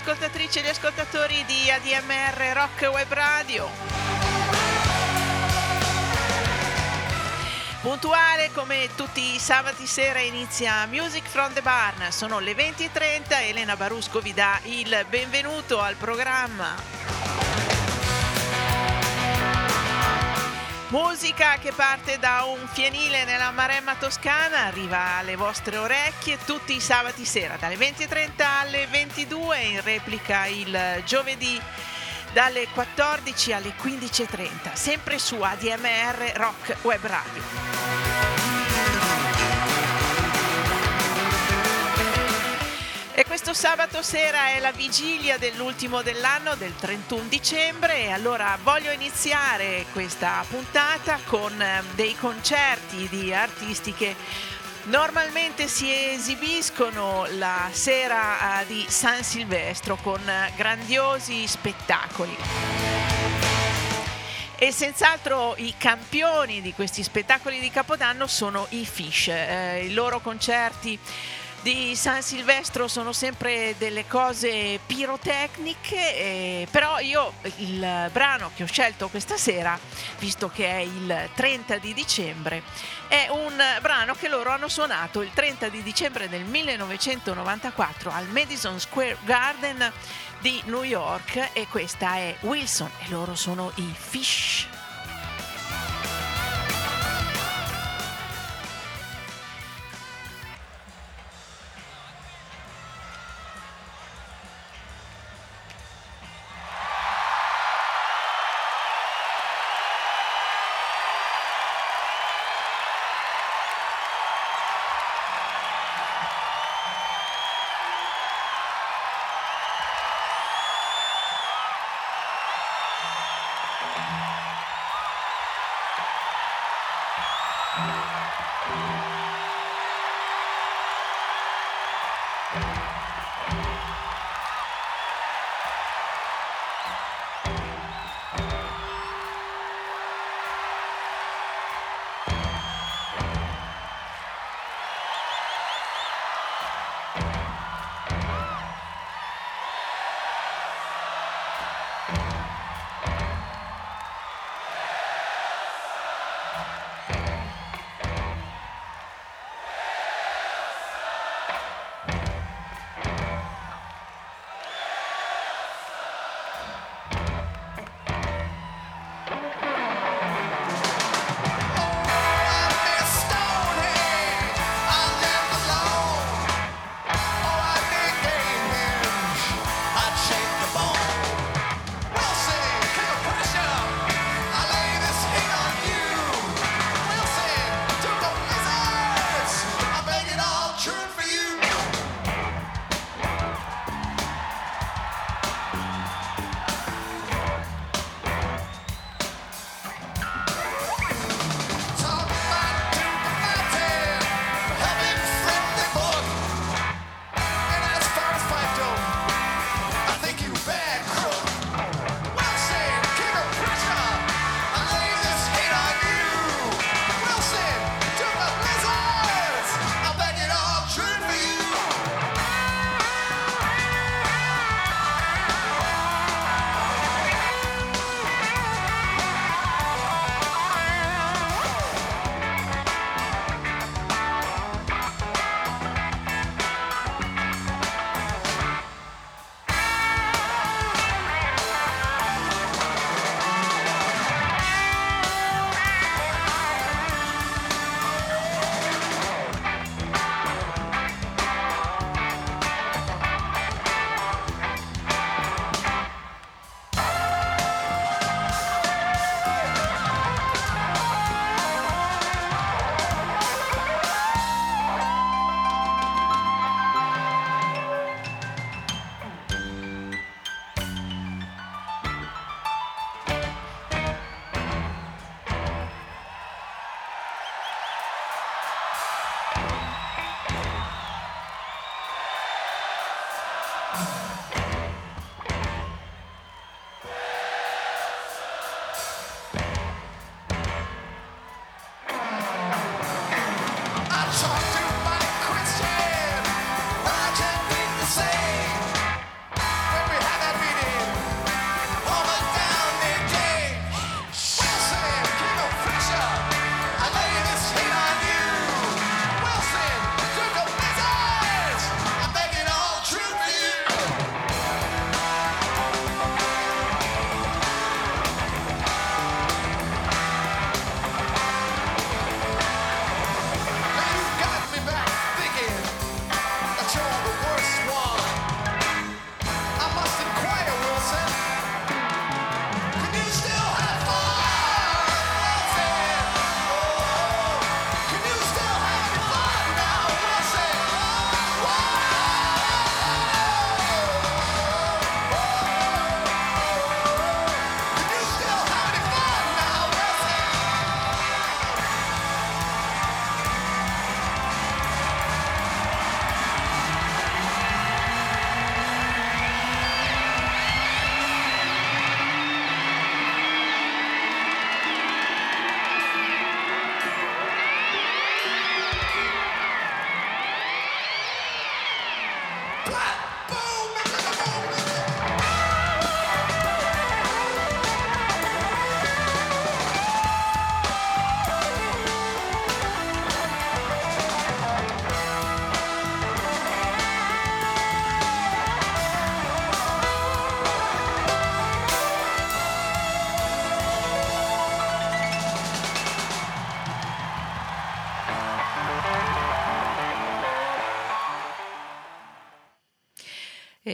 ascoltatrici e gli ascoltatori di ADMR Rock Web Radio. Puntuale come tutti i sabati sera inizia Music from the Barn, sono le 20:30, Elena Barusco vi dà il benvenuto al programma. Musica che parte da un fienile nella Maremma toscana, arriva alle vostre orecchie tutti i sabati sera dalle 20:30 alle 22, in replica il giovedì dalle 14 alle 15:30, sempre su ADMR Rock Web Radio. E questo sabato sera è la vigilia dell'ultimo dell'anno, del 31 dicembre, e allora voglio iniziare questa puntata con dei concerti di artisti che normalmente si esibiscono la sera di San Silvestro con grandiosi spettacoli. E senz'altro i campioni di questi spettacoli di Capodanno sono i Fish. I loro concerti di San Silvestro sono sempre delle cose pirotecniche, però io il brano che ho scelto questa sera, visto che è il 30 di dicembre, è un brano che loro hanno suonato il 30 di dicembre del 1994 al Madison Square Garden di New York, e questa è Wilson e loro sono i Fish.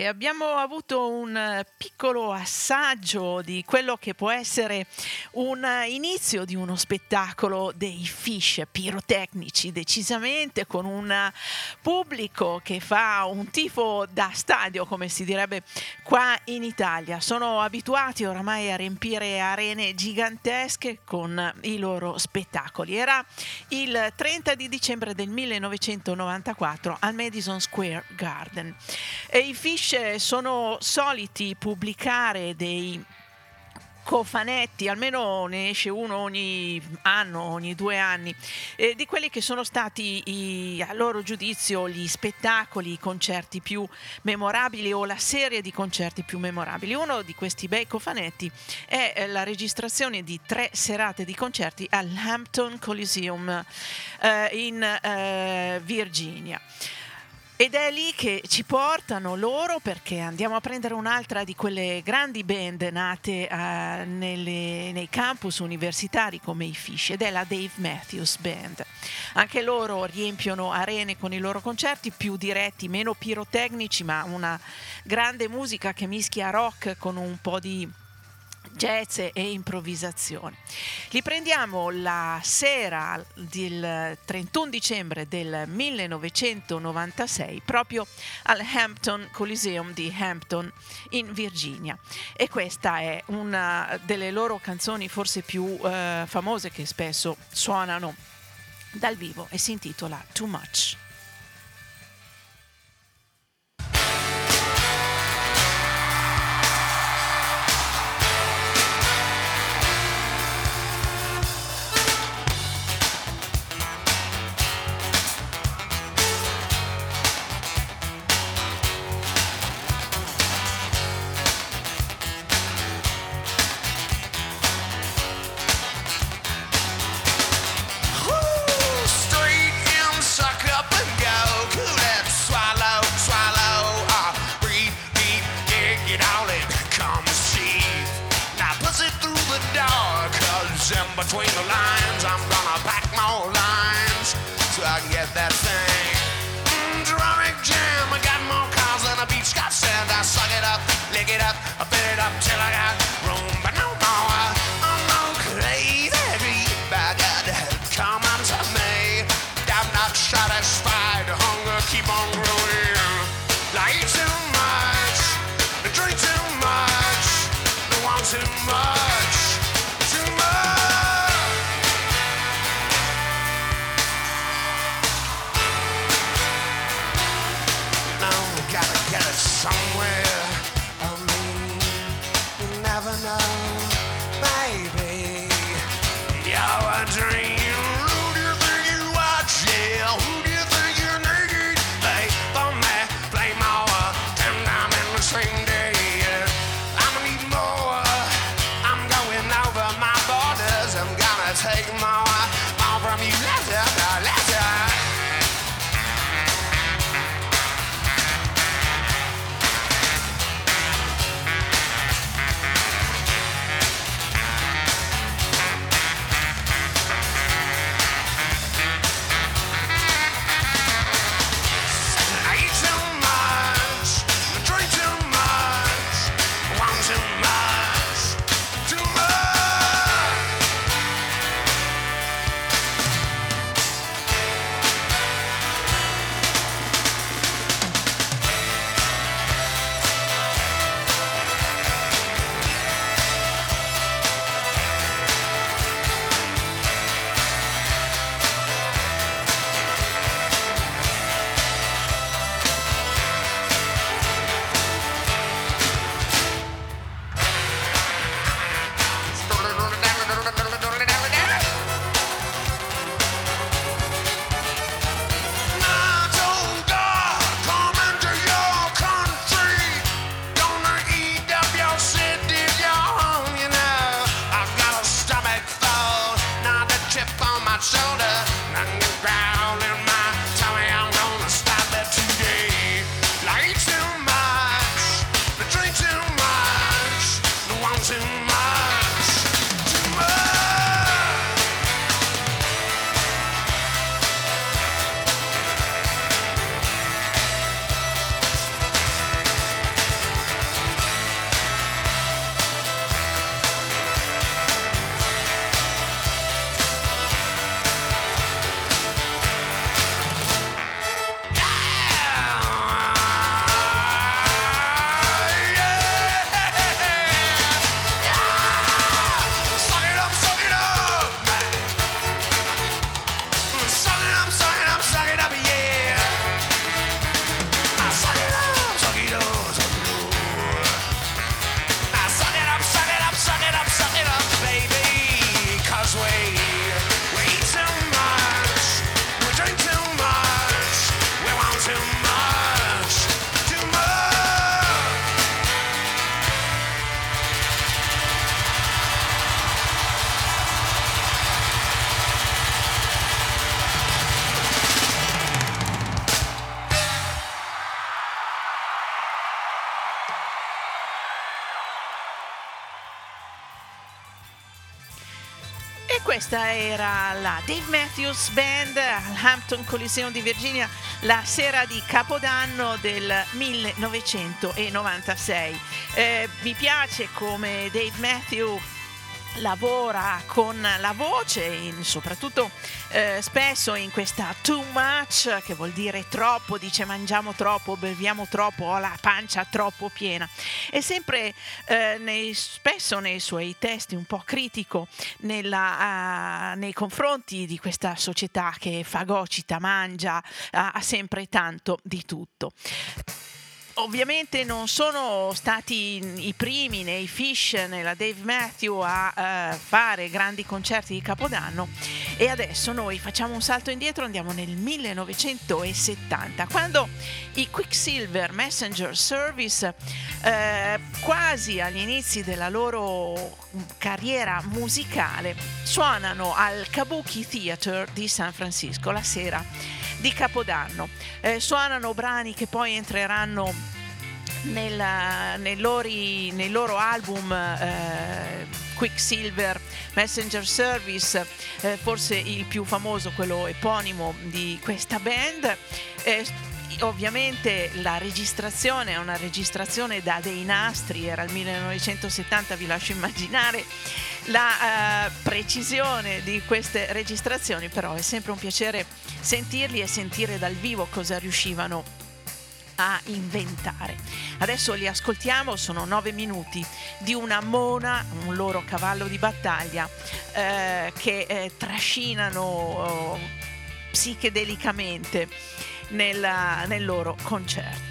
e abbiamo avuto un piccolo assaggio di quello che può essere un inizio di uno spettacolo dei Fish, pirotecnici decisamente, con un pubblico che fa un tifo da stadio, come si direbbe qua in Italia. Sono abituati oramai a riempire arene gigantesche con i loro spettacoli. Era il 30 di dicembre del 1994 al Madison Square Garden. E i Fish sono soliti pubblicare dei cofanetti, almeno ne esce uno ogni anno, ogni 2 anni, di quelli che sono stati a loro giudizio gli spettacoli, i concerti più memorabili o la serie di concerti più memorabili. Uno di questi bei cofanetti è la registrazione di 3 serate di concerti all'Hampton Coliseum in Virginia. Ed è lì che ci portano loro, perché andiamo a prendere un'altra di quelle grandi band nate nei campus universitari come i Fish, ed è la Dave Matthews Band. Anche loro riempiono arene con i loro concerti, più diretti, meno pirotecnici, ma una grande musica che mischia rock con un po' di jazz e improvvisazione. Li prendiamo la sera del 31 dicembre del 1996 proprio al Hampton Coliseum di Hampton in Virginia, e questa è una delle loro canzoni forse più famose, che spesso suonano dal vivo, e si intitola Too Much. Between the lines, I'm gonna pack more lines so I can get that thing. Ceramic jam, I got more cars than a beach got sand. I suck it up, lick it up, I fill it up till I got room. But no more, I'm no crazy bugger. Come on to me, I'm not satisfied. Hunger keep on growing. I eat too much, I drink too much, I want too much. Somewhere, I mean, you never Questa era la Dave Matthews Band al Hampton Coliseum di Virginia la sera di Capodanno del 1996. Mi piace come Dave Matthews lavora con la voce, soprattutto spesso in questa too much, che vuol dire troppo, dice mangiamo troppo, beviamo troppo, ho la pancia troppo piena. E sempre spesso nei suoi testi un po' critico nei confronti di questa società che fagocita, mangia, ha sempre tanto di tutto. Ovviamente non sono stati i primi né i Fish né la Dave Matthews a fare grandi concerti di Capodanno, e adesso noi facciamo un salto indietro, andiamo nel 1970, quando i Quicksilver Messenger Service, quasi agli inizi della loro carriera musicale, suonano al Kabuki Theater di San Francisco la sera di Capodanno. Suonano brani che poi entreranno nei loro album Quicksilver Messenger Service, forse il più famoso, quello eponimo di questa band. Ovviamente la registrazione è una registrazione da dei nastri, era il 1970, vi lascio immaginare la precisione di queste registrazioni, però è sempre un piacere sentirli e sentire dal vivo cosa riuscivano a inventare. Adesso li ascoltiamo, sono 9 minuti di una mona, un loro cavallo di battaglia, che trascinano psichedelicamente nel loro concerto.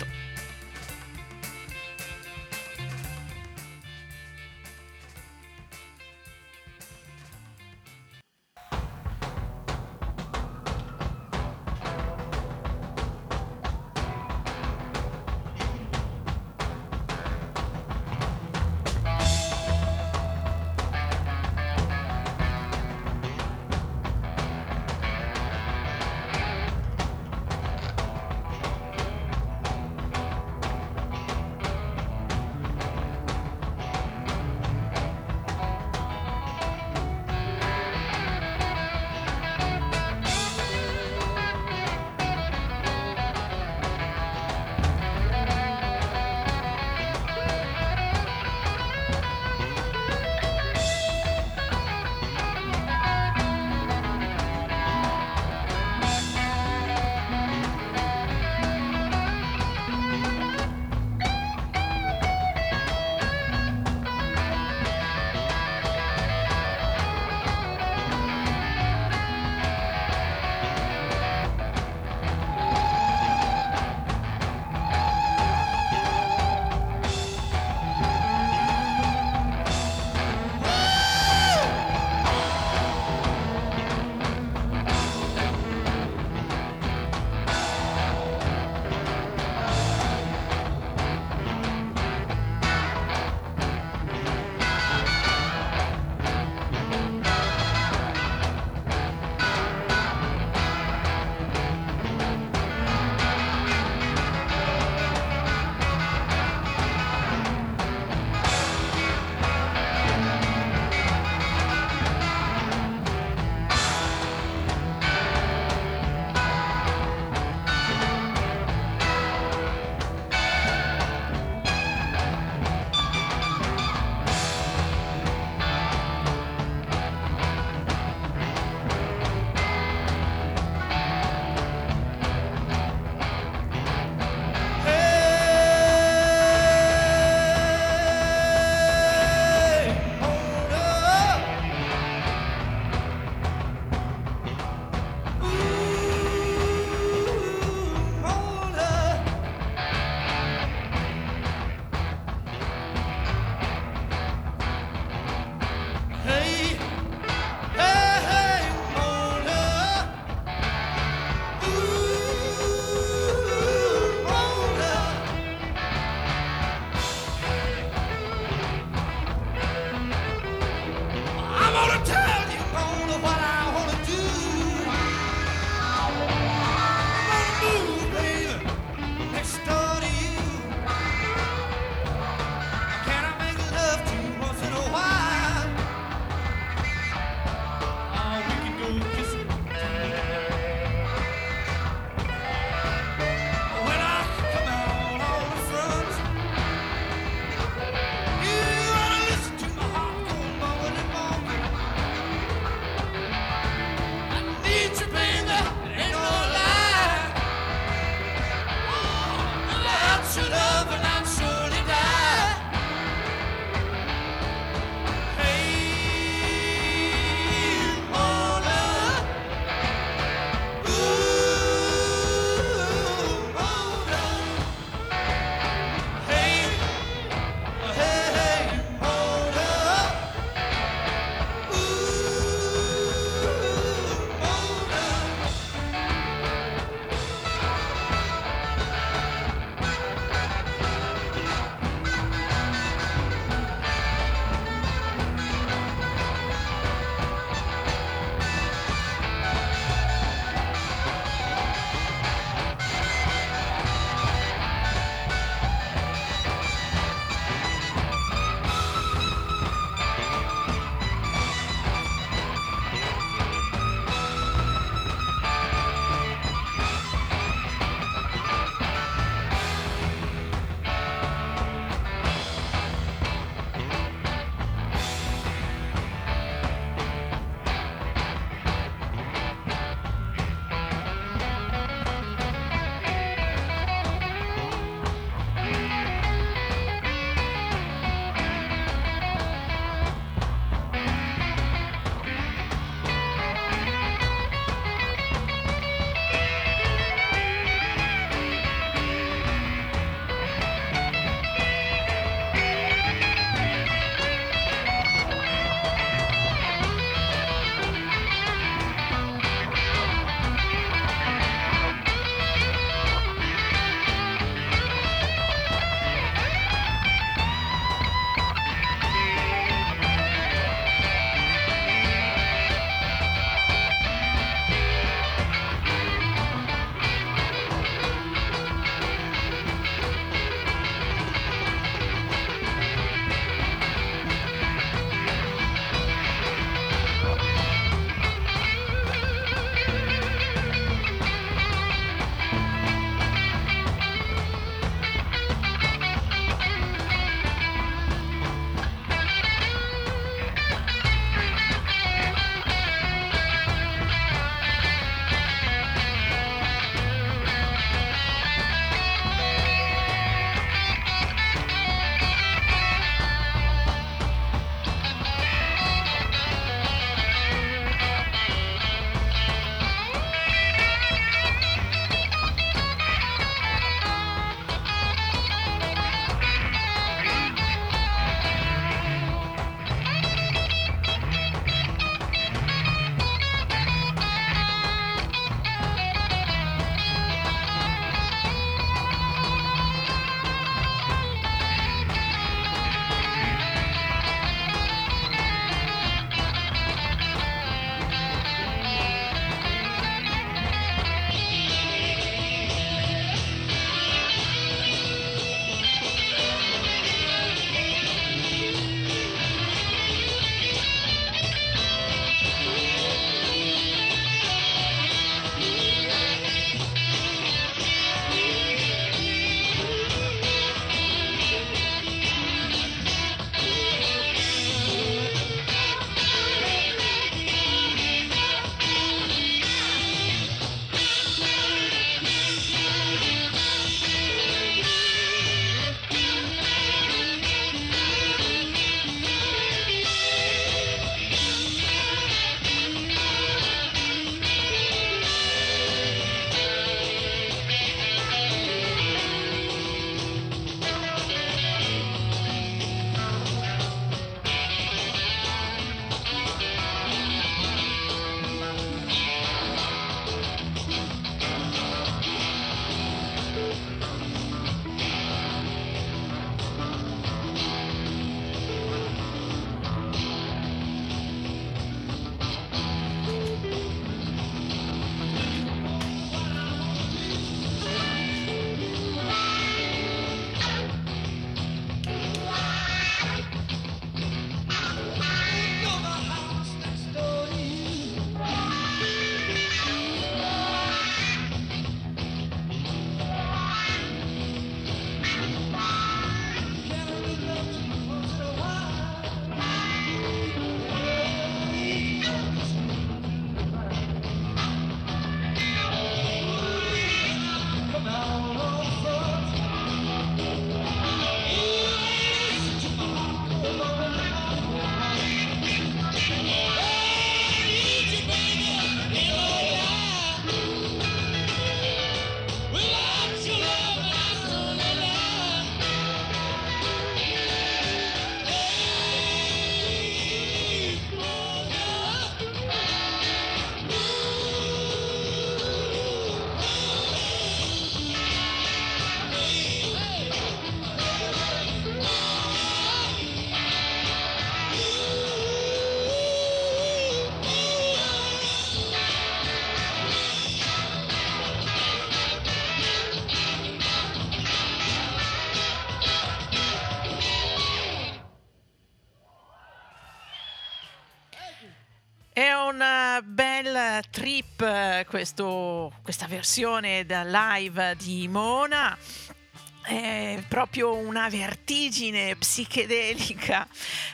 È un bel trip questa versione da live di Mona. È proprio una vertigine psichedelica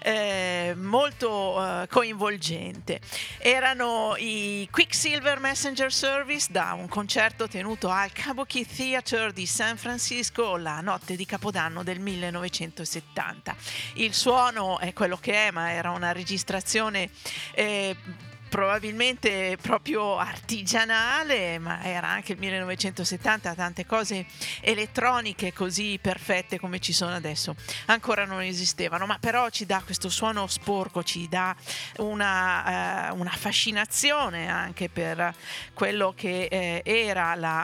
molto coinvolgente. Erano i Quicksilver Messenger Service da un concerto tenuto al Kabuki Theater di San Francisco la notte di Capodanno del 1970. Il suono è quello che è, ma era una registrazione probabilmente proprio artigianale, ma era anche il 1970, tante cose elettroniche così perfette come ci sono adesso ancora non esistevano, ma però ci dà questo suono sporco, ci dà una fascinazione anche per quello che era la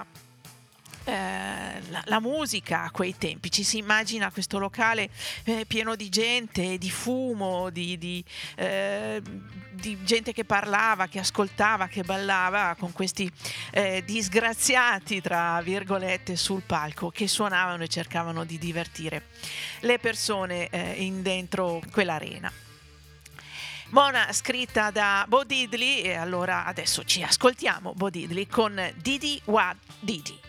musica a quei tempi. Ci si immagina questo locale pieno di gente, di fumo, di gente che parlava, che ascoltava, che ballava, con questi disgraziati tra virgolette sul palco che suonavano e cercavano di divertire le persone in dentro quell'arena. Mona scritta da Bo Diddley, e allora adesso ci ascoltiamo Bo Diddley con Didi Wad Didi.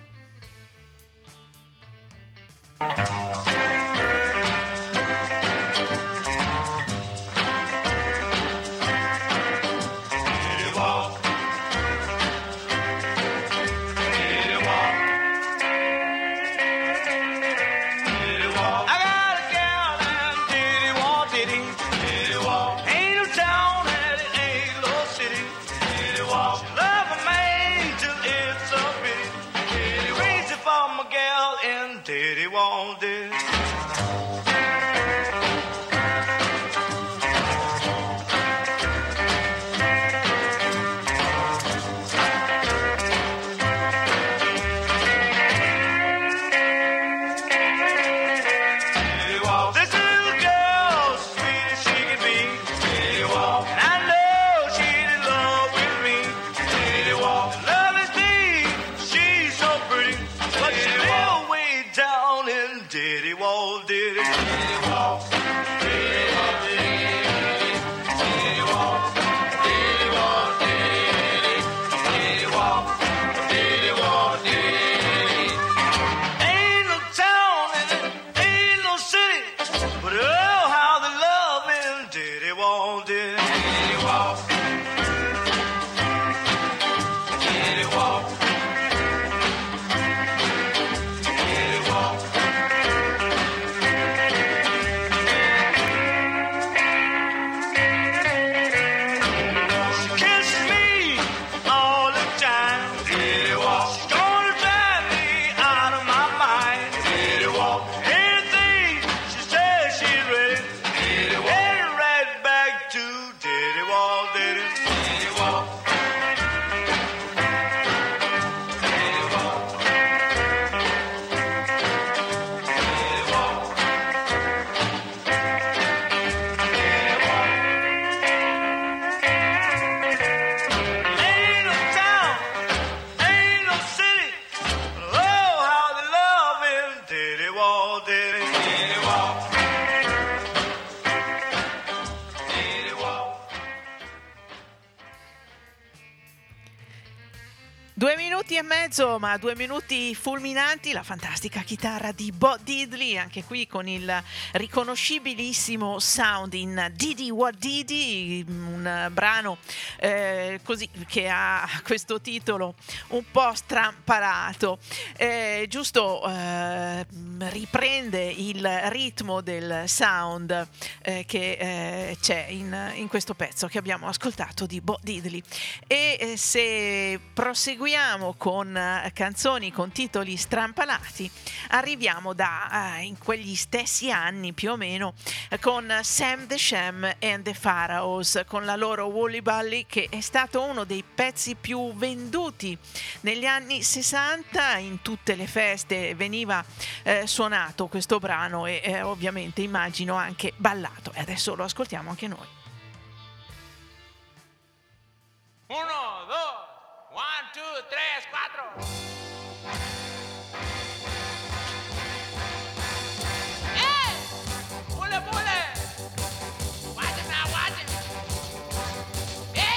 Ma 2 minuti fulminanti, la fantastica chitarra di Bo Diddley, anche qui con il riconoscibilissimo sound in Didi Wad Didi, un brano così che ha questo titolo un po' strampalato, giusto riprende il ritmo del sound che c'è in questo pezzo che abbiamo ascoltato di Bo Diddley. E se proseguiamo con canzoni con titoli strampalati, arriviamo in quegli stessi anni più o meno con Sam the Sham and the Pharaohs, con la loro Woolly Bully, che è stato uno dei pezzi più venduti negli anni 60. In tutte le feste veniva suonato questo brano e ovviamente immagino anche ballato, e adesso lo ascoltiamo anche noi. 1, 2, 1, 2, 3, 4. Hey! Pull it, pull it! Watch it now, watch it! Hey!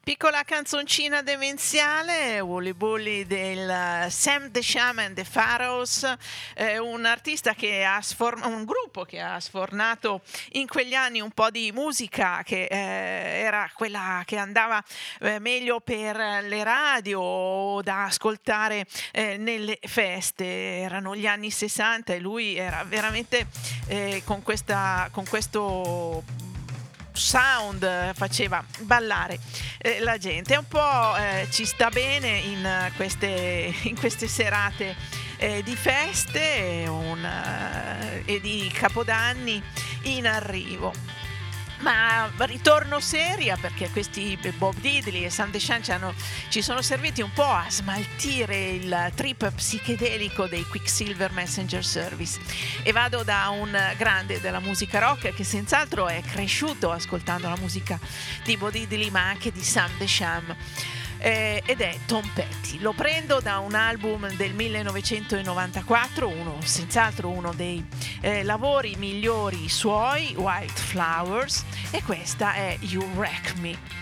Piccola canzoncina demenziale, Wooly Bully del Sam the Shaman The Pharaohs, un artista che ha un gruppo che ha sfornato in quegli anni un po' di musica che era quella che andava meglio per le radio o da ascoltare nelle feste. Erano gli anni 60 e lui era veramente con questo sound faceva ballare la gente. Un po' ci sta bene in queste serate di feste e di capodanni in arrivo. Ma ritorno seria, perché questi Bob Diddley e Sam the Shaman ci sono serviti un po' a smaltire il trip psichedelico dei Quicksilver Messenger Service, e vado da un grande della musica rock che senz'altro è cresciuto ascoltando la musica di Bob Diddley ma anche di Sam the Shaman, ed è Tom Petty. Lo prendo da un album del 1994, senz'altro uno dei lavori migliori suoi, White Flowers, e questa è You Wreck Me.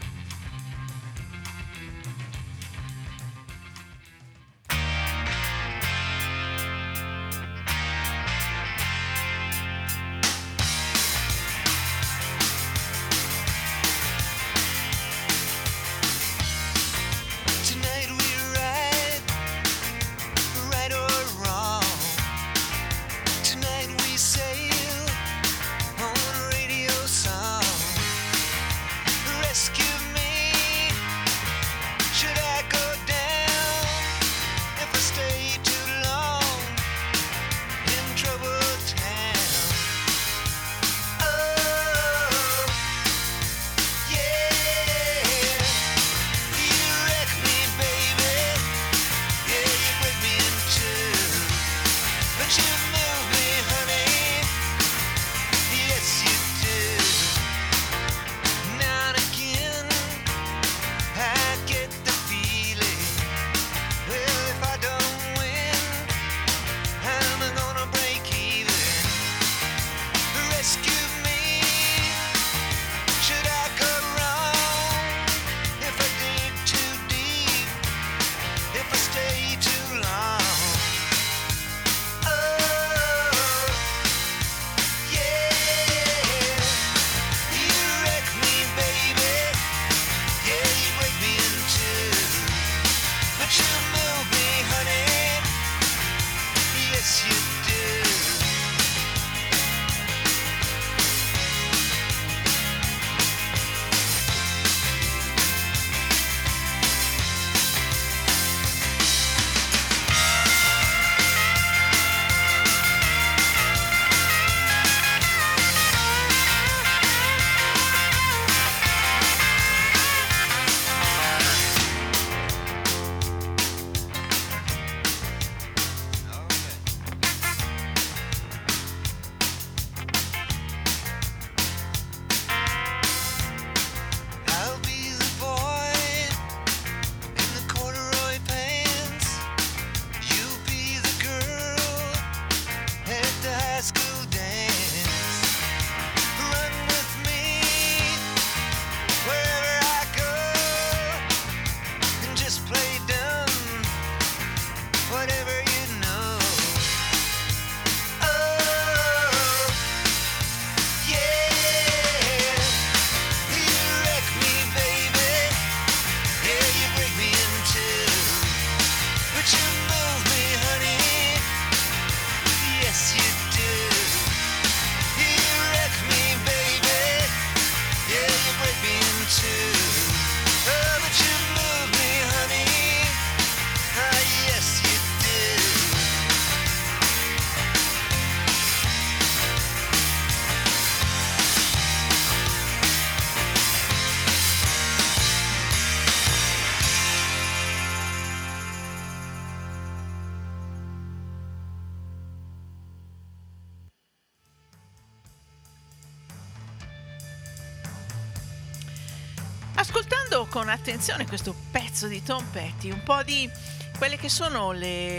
Ascoltando con attenzione questo pezzo di Tom Petty, un po' di quelle che sono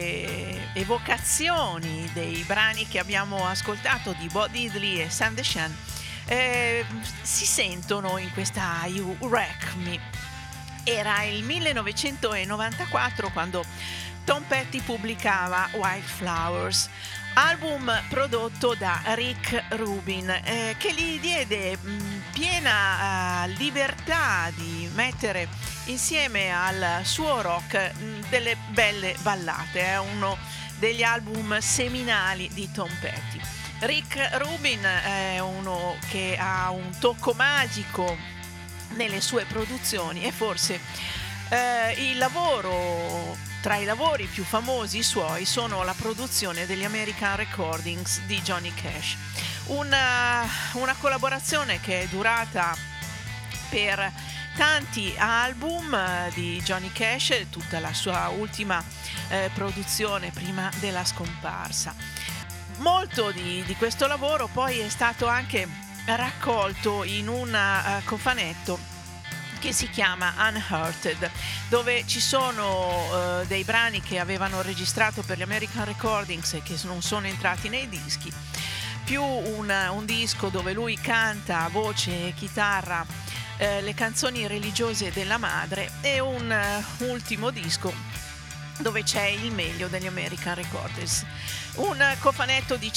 le evocazioni dei brani che abbiamo ascoltato di Bo Diddley e Sam the Shaman, si sentono in questa You Wreck Me. Era il 1994 quando Tom Petty pubblicava Wildflowers, album prodotto da Rick Rubin, che gli diede piena libertà di mettere insieme al suo rock delle belle ballate. È uno degli album seminali di Tom Petty. Rick Rubin è uno che ha un tocco magico nelle sue produzioni e forse il lavoro, tra i lavori più famosi suoi, sono la produzione degli American Recordings di Johnny Cash, una collaborazione che è durata per tanti album di Johnny Cash, tutta la sua ultima produzione prima della scomparsa. Molto di questo lavoro poi è stato anche raccolto in un cofanetto che si chiama Unhurted, dove ci sono dei brani che avevano registrato per gli American Recordings e che non sono entrati nei dischi, più un disco dove lui canta a voce e chitarra le canzoni religiose della madre, e un ultimo disco dove c'è il meglio degli American Recordings. Un cofanetto di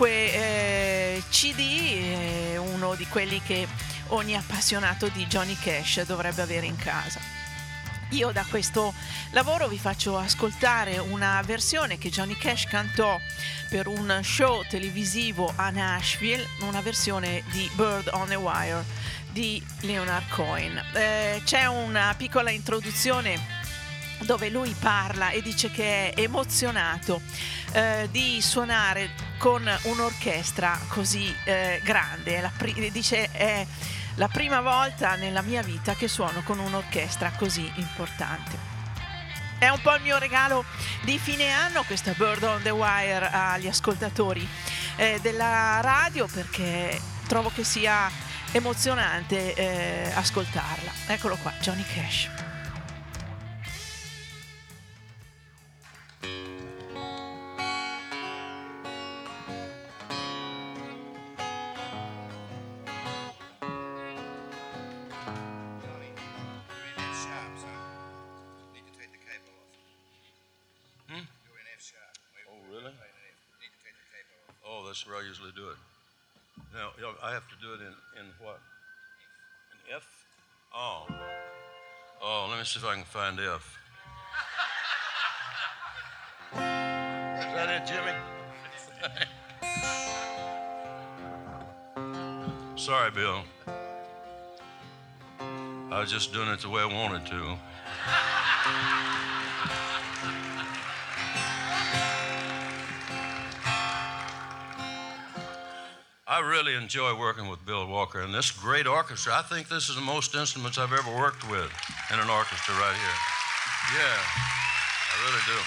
5 CD, uno di quelli che ogni appassionato di Johnny Cash dovrebbe avere in casa. Io da questo lavoro vi faccio ascoltare una versione che Johnny Cash cantò per un show televisivo a Nashville, una versione di Bird on a Wire di Leonard Cohen. C'è una piccola introduzione dove lui parla e dice che è emozionato di suonare con un'orchestra così grande. Dice è la prima volta nella mia vita che suono con un'orchestra così importante. È un po' il mio regalo di fine anno, questa Bird on the Wire, agli ascoltatori della radio, perché trovo che sia emozionante ascoltarla. Eccolo qua, Johnny Cash. That's where I usually do it. Now, I have to do it in what? In F? Oh, let me see if I can find F. Is that it, Jimmy? Sorry, Bill. I was just doing it the way I wanted to. I really enjoy working with Bill Walker and this great orchestra. I think this is the most instruments I've ever worked with in an orchestra right here. Yeah, I really do.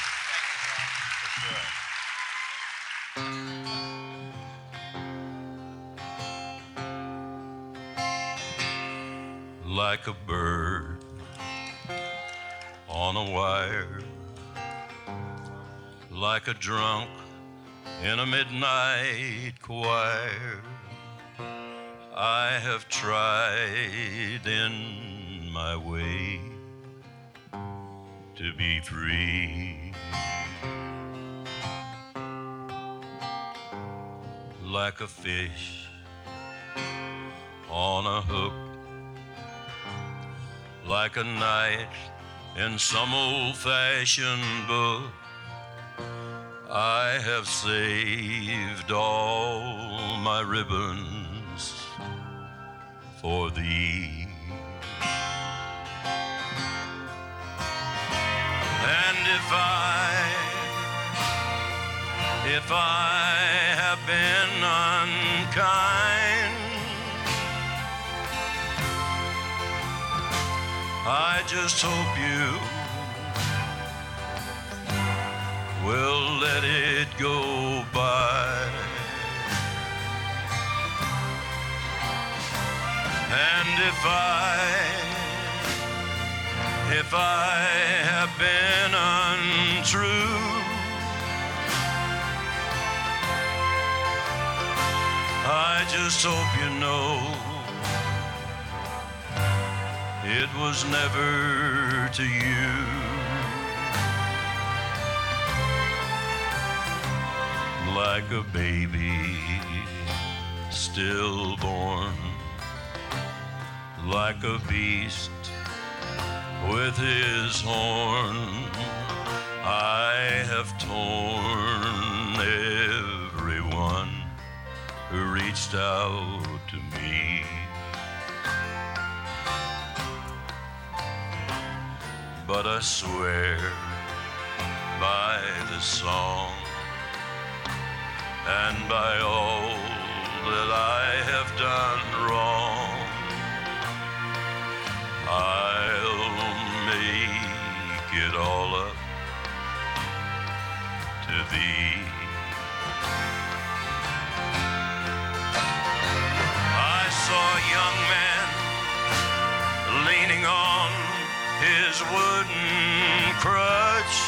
That's right. Like a bird on a wire, like a drunk in a midnight choir, I have tried in my way to be free. Like a fish on a hook, like a knight in some old-fashioned book, I have saved all my ribbons for thee. And if I have been unkind, I just hope you will let it go by. And if I have been untrue, I just hope you know it was never to you. Like a baby stillborn, like a beast with his horn, I have torn everyone who reached out to me. But I swear by the song and by all that I have done wrong, I'll make it all up to thee. I saw a young man leaning on his wooden crutch,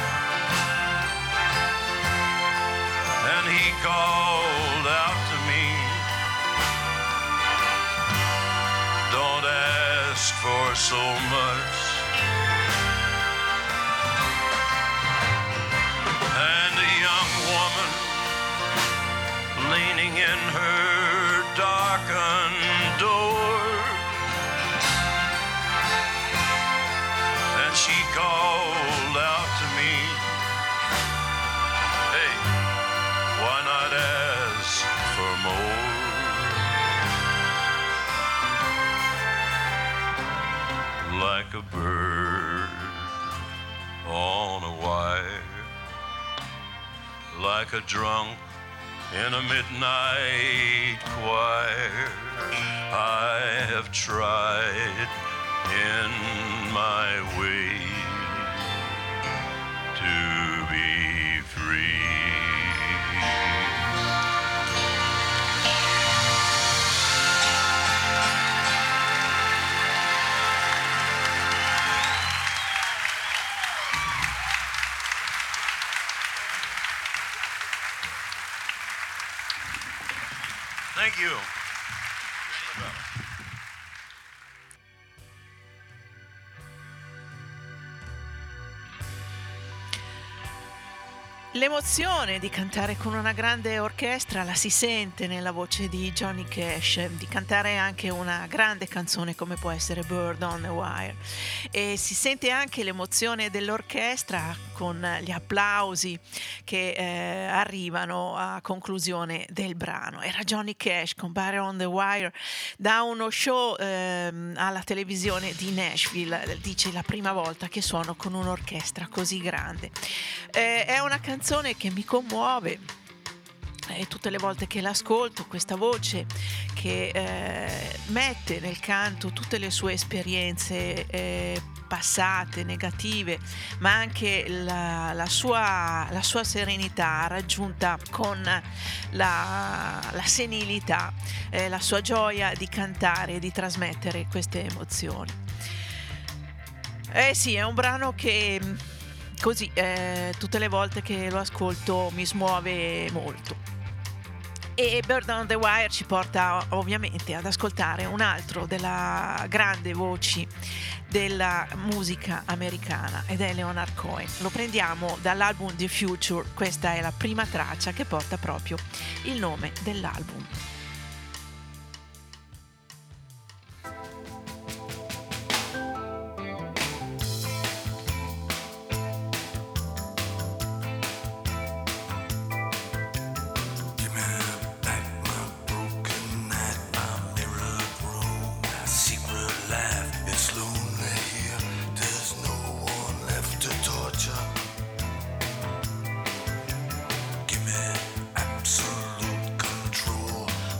and he called out to me, don't ask for so much. And a young woman leaning in her darkened door, and she called out to me, hey, why not ask for more? Like a bird on a wire, like a drunk in a midnight choir, I have tried in my way to be free. Thank you. L'emozione di cantare con una grande orchestra la si sente nella voce di Johnny Cash, di cantare anche una grande canzone come può essere Bird on the Wire, e si sente anche l'emozione dell'orchestra con gli applausi che arrivano a conclusione del brano. Era Johnny Cash con Bird on the Wire da uno show alla televisione di Nashville. Dice la prima volta che suono con un'orchestra così grande. È una canzone che mi commuove, e tutte le volte che l'ascolto, questa voce che mette nel canto tutte le sue esperienze passate, negative, ma anche la sua serenità raggiunta con la senilità, la sua gioia di cantare e di trasmettere queste emozioni. Sì, è un brano che così tutte le volte che lo ascolto mi smuove molto. E Bird on the Wire ci porta ovviamente ad ascoltare un altro della grande voci della musica americana, ed è Leonard Cohen. Lo prendiamo dall'album The Future. Questa è la prima traccia che porta proprio il nome dell'album. Absolute control.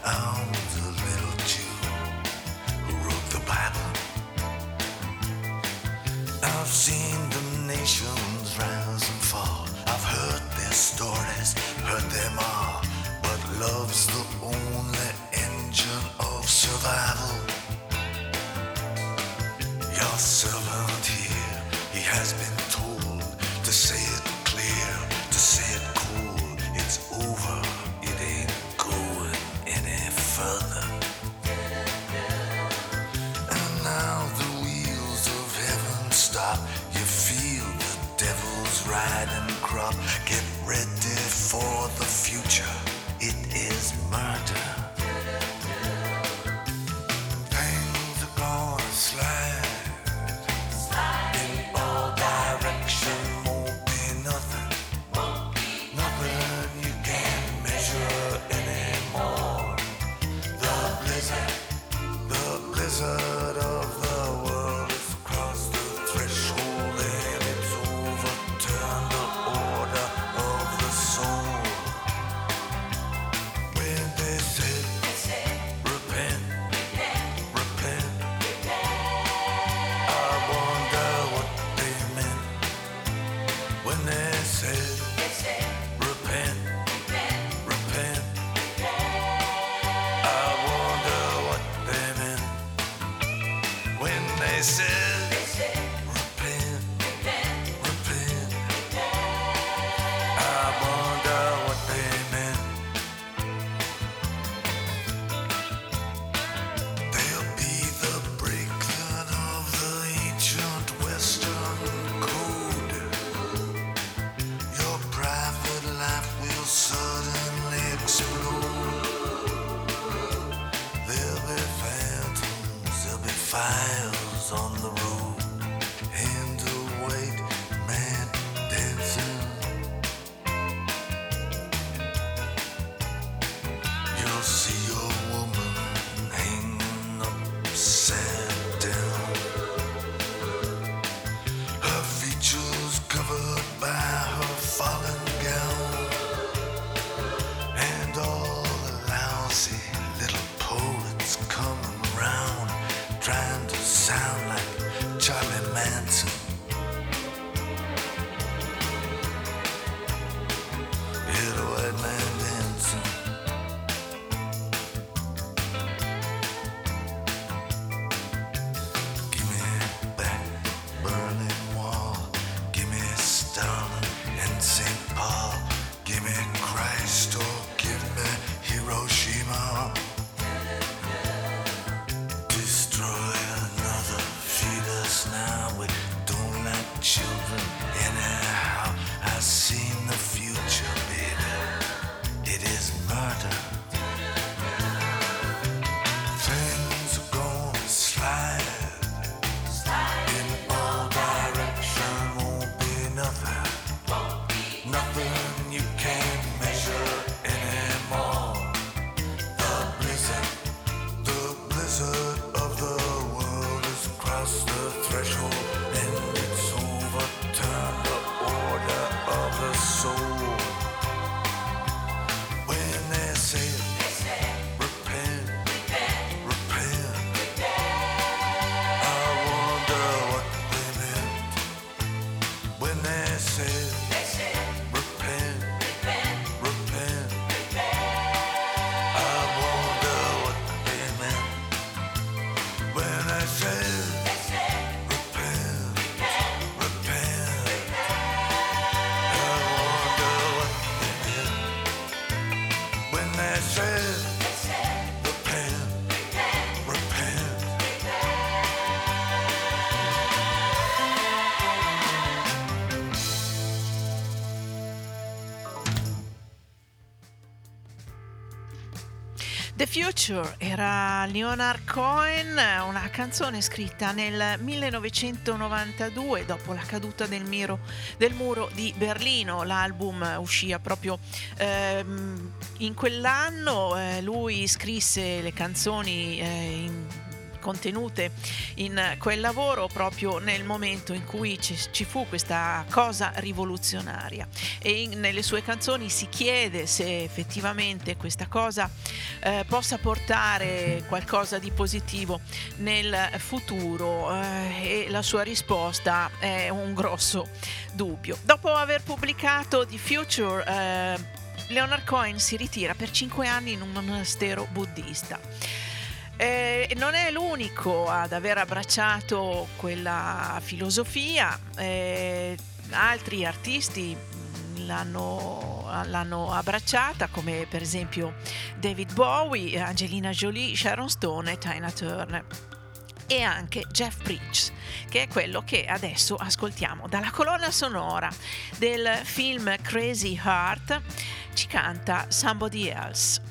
I'm the little Jew who wrote the Bible. I've seen the nations rise and fall. I've heard their stories, heard them all. But love's the only engine of survival. Your servant here, he has been told to say it clear, to say it cool. It's over, it ain't going any further. And now the wheels of heaven stop. You feel the devil's riding crop. Get ready for the future. It is murder. Things are gonna slide in all directions. Won't be nothing, nothing you can measure anymore. The blizzard of the world has crossed the threshold and it's overturned the order of the soul. When they said, repent, repent, I wonder what they meant. When they said, repent, repent, I wonder what they meant. When they said, repent, repent, I wonder what they meant. They'll be the breakdown of the ancient Western code. Your private life will suddenly explode. There'll be phantoms, there'll be fires on the road. And a white man dancing. You'll see a woman hanging upside down. Her features covered by her fallen gown. And all the lousy little poets coming round, trying to sound like Charlie Manson. Hear the white man dancing. Give me back Berlin Wall. Give me Stalin and St. Paul. Give me Christ or give me Hiroshima. Destroy another, feed us now. We don't like children anyhow. I've seen the future, baby. It is murder. Things are gonna slide in all directions. Won't be nothing, nothing you can't measure anymore. The blizzard of the world has crossed the threshold and it's overturned the order of the soul. When they say, repent, repent, I wonder what they meant. When they say, repent, repent, I wonder what they meant. When I said, repent, repent, I wonder what they meant. When they said, repent, repent. The Future era Leonard Cohen, una canzone scritta nel 1992 dopo la caduta del muro di Berlino. L'album uscì proprio in quell'anno. Lui scrisse le canzoni contenute in quel lavoro proprio nel momento in cui ci fu questa cosa rivoluzionaria, e nelle sue canzoni si chiede se effettivamente questa cosa possa portare qualcosa di positivo nel futuro, e la sua risposta è un grosso dubbio. Dopo aver pubblicato The Future, Leonard Cohen si ritira per 5 anni in un monastero buddista. Non è l'unico ad aver abbracciato quella filosofia, altri artisti l'hanno abbracciata, come per esempio David Bowie, Angelina Jolie, Sharon Stone e Tina Turner, e anche Jeff Bridges, che è quello che adesso ascoltiamo. Dalla colonna sonora del film Crazy Heart ci canta Somebody Else.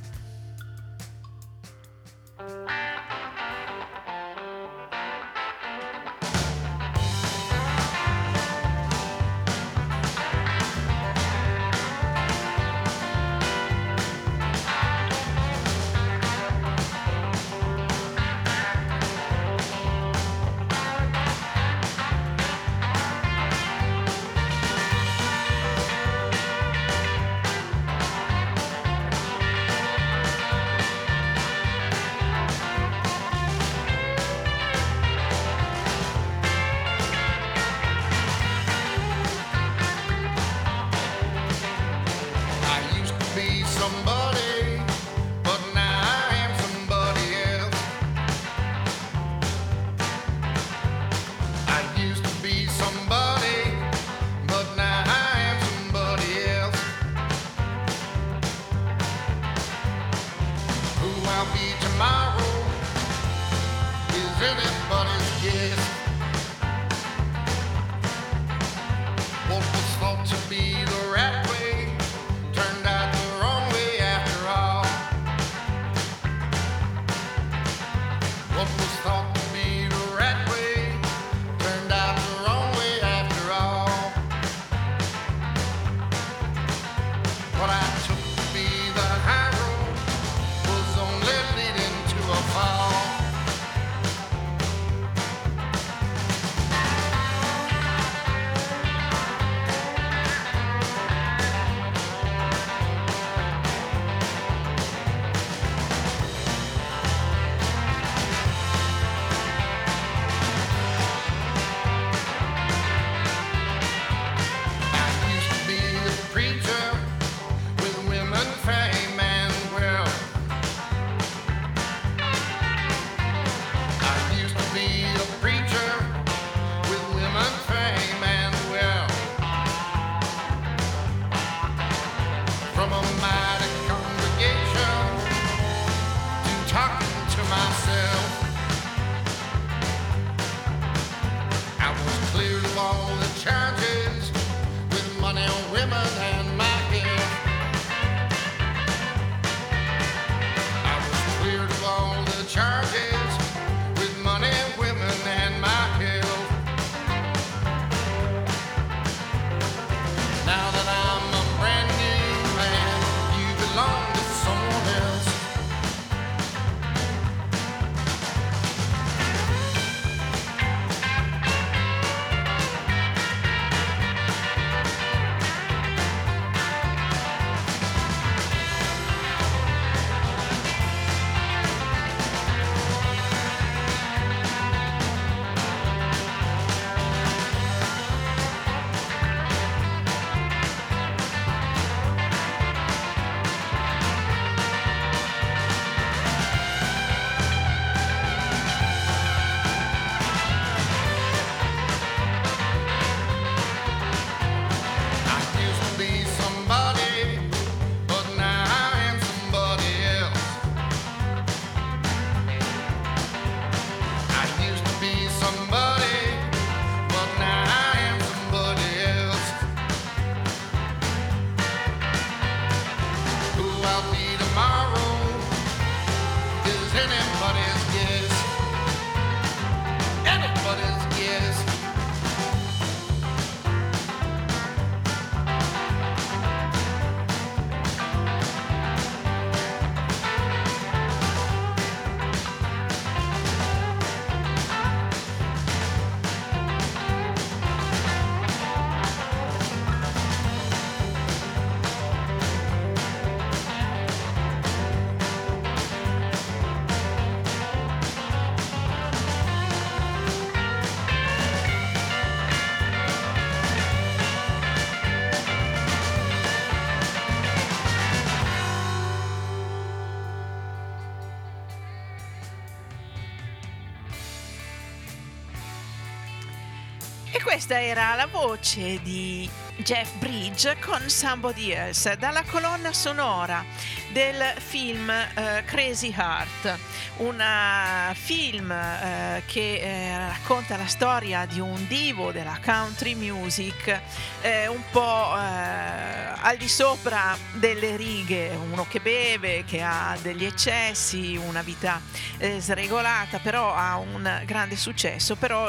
E questa era la voce di Jeff Bridge con Somebody Else dalla colonna sonora del film Crazy Heart, un film che racconta la storia di un divo della country music un po' al di sopra delle righe, uno che beve, che ha degli eccessi, una vita sregolata, però ha un grande successo, però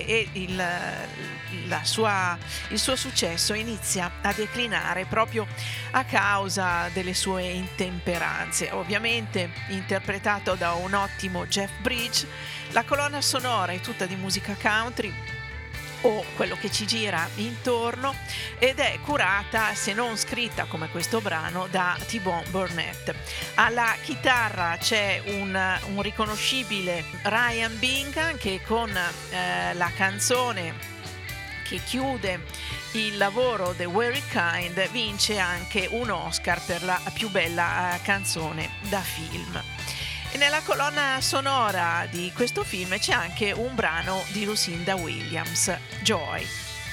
il suo successo inizia a declinare proprio a causa delle sue intemperanze. Ovviamente interpretato da un ottimo Jeff Bridge, la colonna sonora è tutta di musica country o quello che ci gira intorno ed è curata, se non scritta come questo brano, da T-Bone Burnett. Alla chitarra c'è un riconoscibile Ryan Bingham che con la canzone che chiude il lavoro The Very Kind vince anche un Oscar per la più bella canzone da film. E nella colonna sonora di questo film c'è anche un brano di Lucinda Williams, Joy.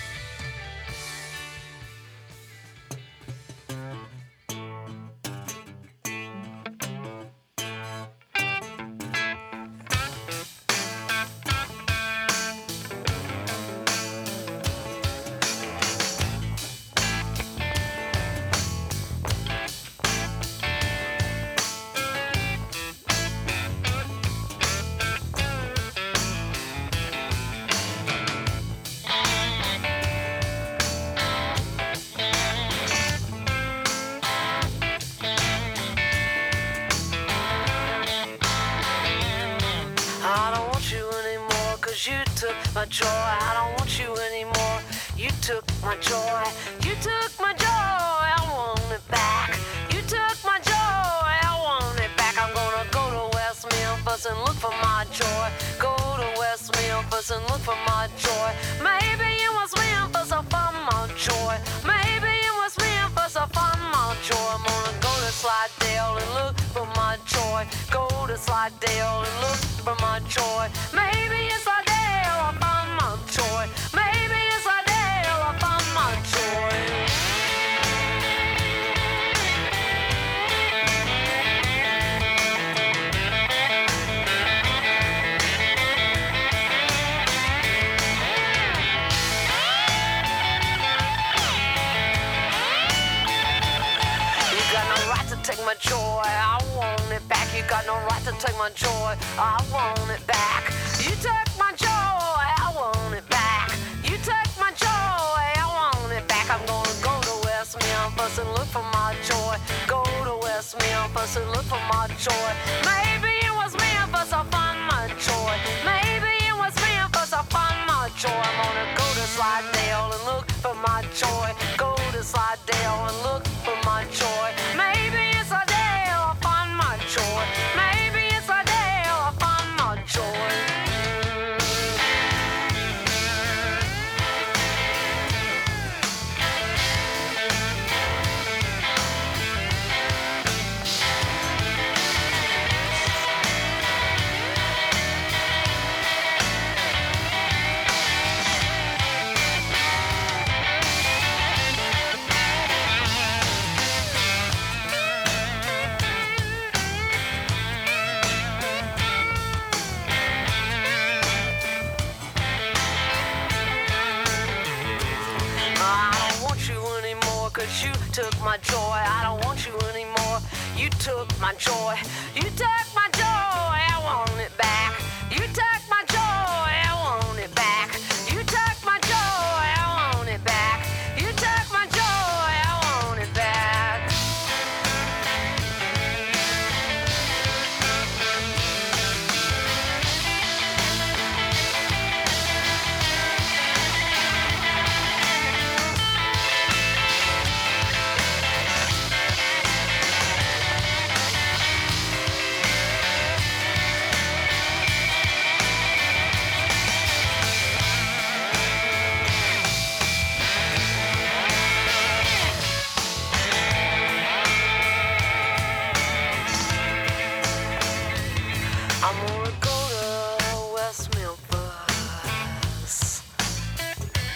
My joy, I don't want you anymore. You took my joy, you took my joy, I want it back. You took my joy, I want it back. I'm gonna go to West Memphis and look for my joy. Go to West Memphis and look for my joy. Maybe in West Memphis I'll find my joy. Maybe in West Memphis I'll find my joy. I'm gonna go to Slidell and look for my joy. Go to Slidell and look for my joy. Maybe in Slidell I'll find my joy. Maybe in Slidell I'll find my joy. Take my joy, I want it back. You got no right to take my joy, I want it back. You took my joy, I want it back. You took my joy, I want it back. I'm gonna go to West Memphis and look for my joy. Go to West Memphis and look for my joy. Maybe in West Memphis I'll find my joy. Maybe in West Memphis I'll find my joy. I'm gonna go to Slidell and look for my joy. Go to Slidell and look for my joy. Maybe it's a day I'll find my joy. Maybe it's a day I'll find my joy. Cause you took my joy, I don't want you anymore. You took my joy, you took my joy, I want it back. You took my joy, I want it back. You took my joy, I want it back. You took my joy, I want it back. I'm gonna go to West Memphis.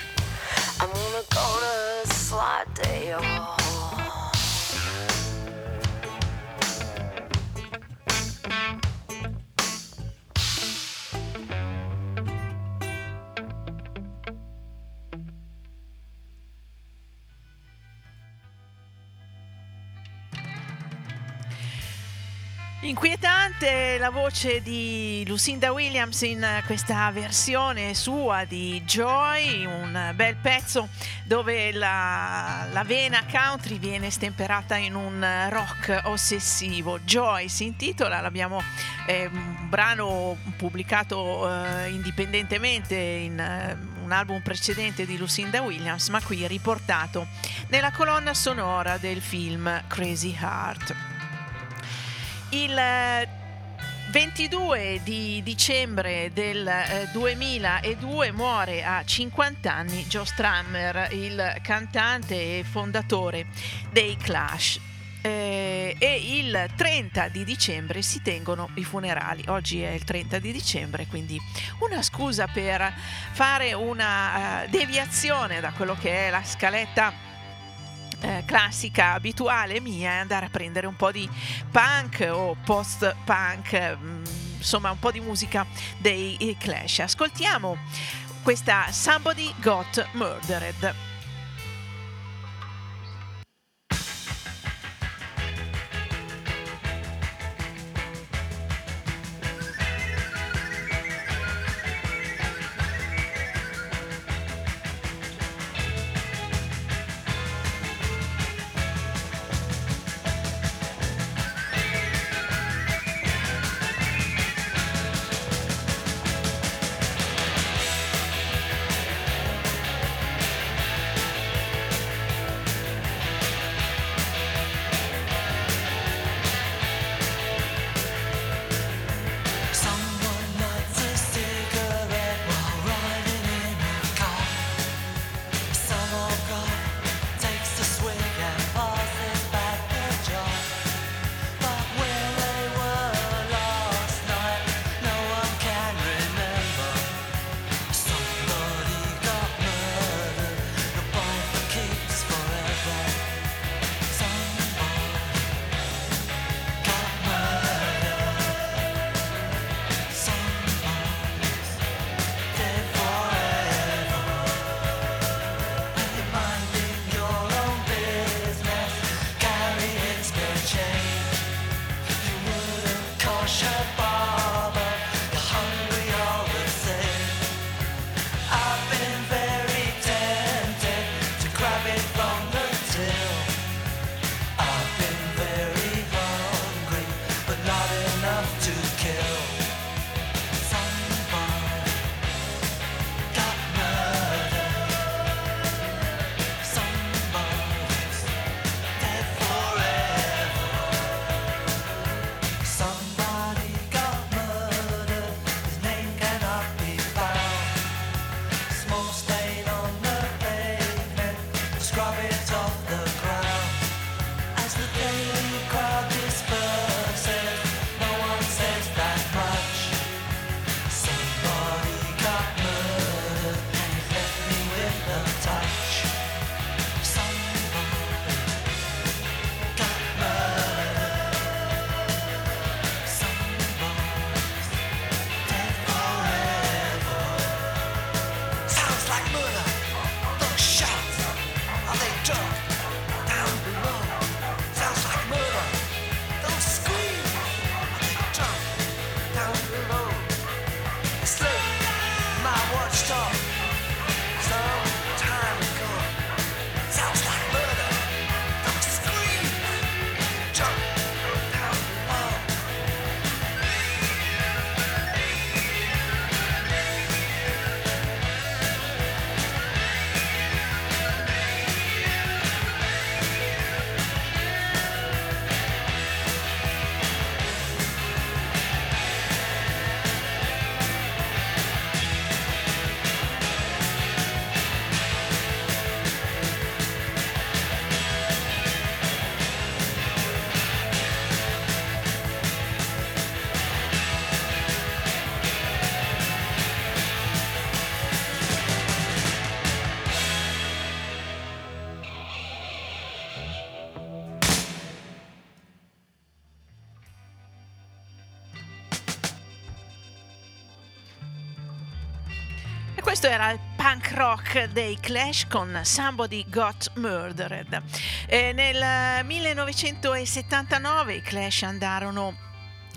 Inquietante la voce di Lucinda Williams in questa versione sua di Joy, un bel pezzo dove la vena country viene stemperata in un rock ossessivo. Joy si intitola, l'abbiamo un brano pubblicato indipendentemente in un album precedente di Lucinda Williams, ma qui riportato nella colonna sonora del film Crazy Heart. Il 22 di dicembre del 2002 muore a 50 anni Joe Strummer, il cantante e fondatore dei Clash. E il 30 di dicembre si tengono i funerali. Oggi è il 30 di dicembre, quindi una scusa per fare una deviazione da quello che è la scaletta classica abituale mia e andare a prendere un po' di punk o post-punk, insomma un po' di musica dei Clash. Ascoltiamo questa Somebody Got Murdered. Questo era il punk rock dei Clash con Somebody Got Murdered. Nel 1979 i Clash andarono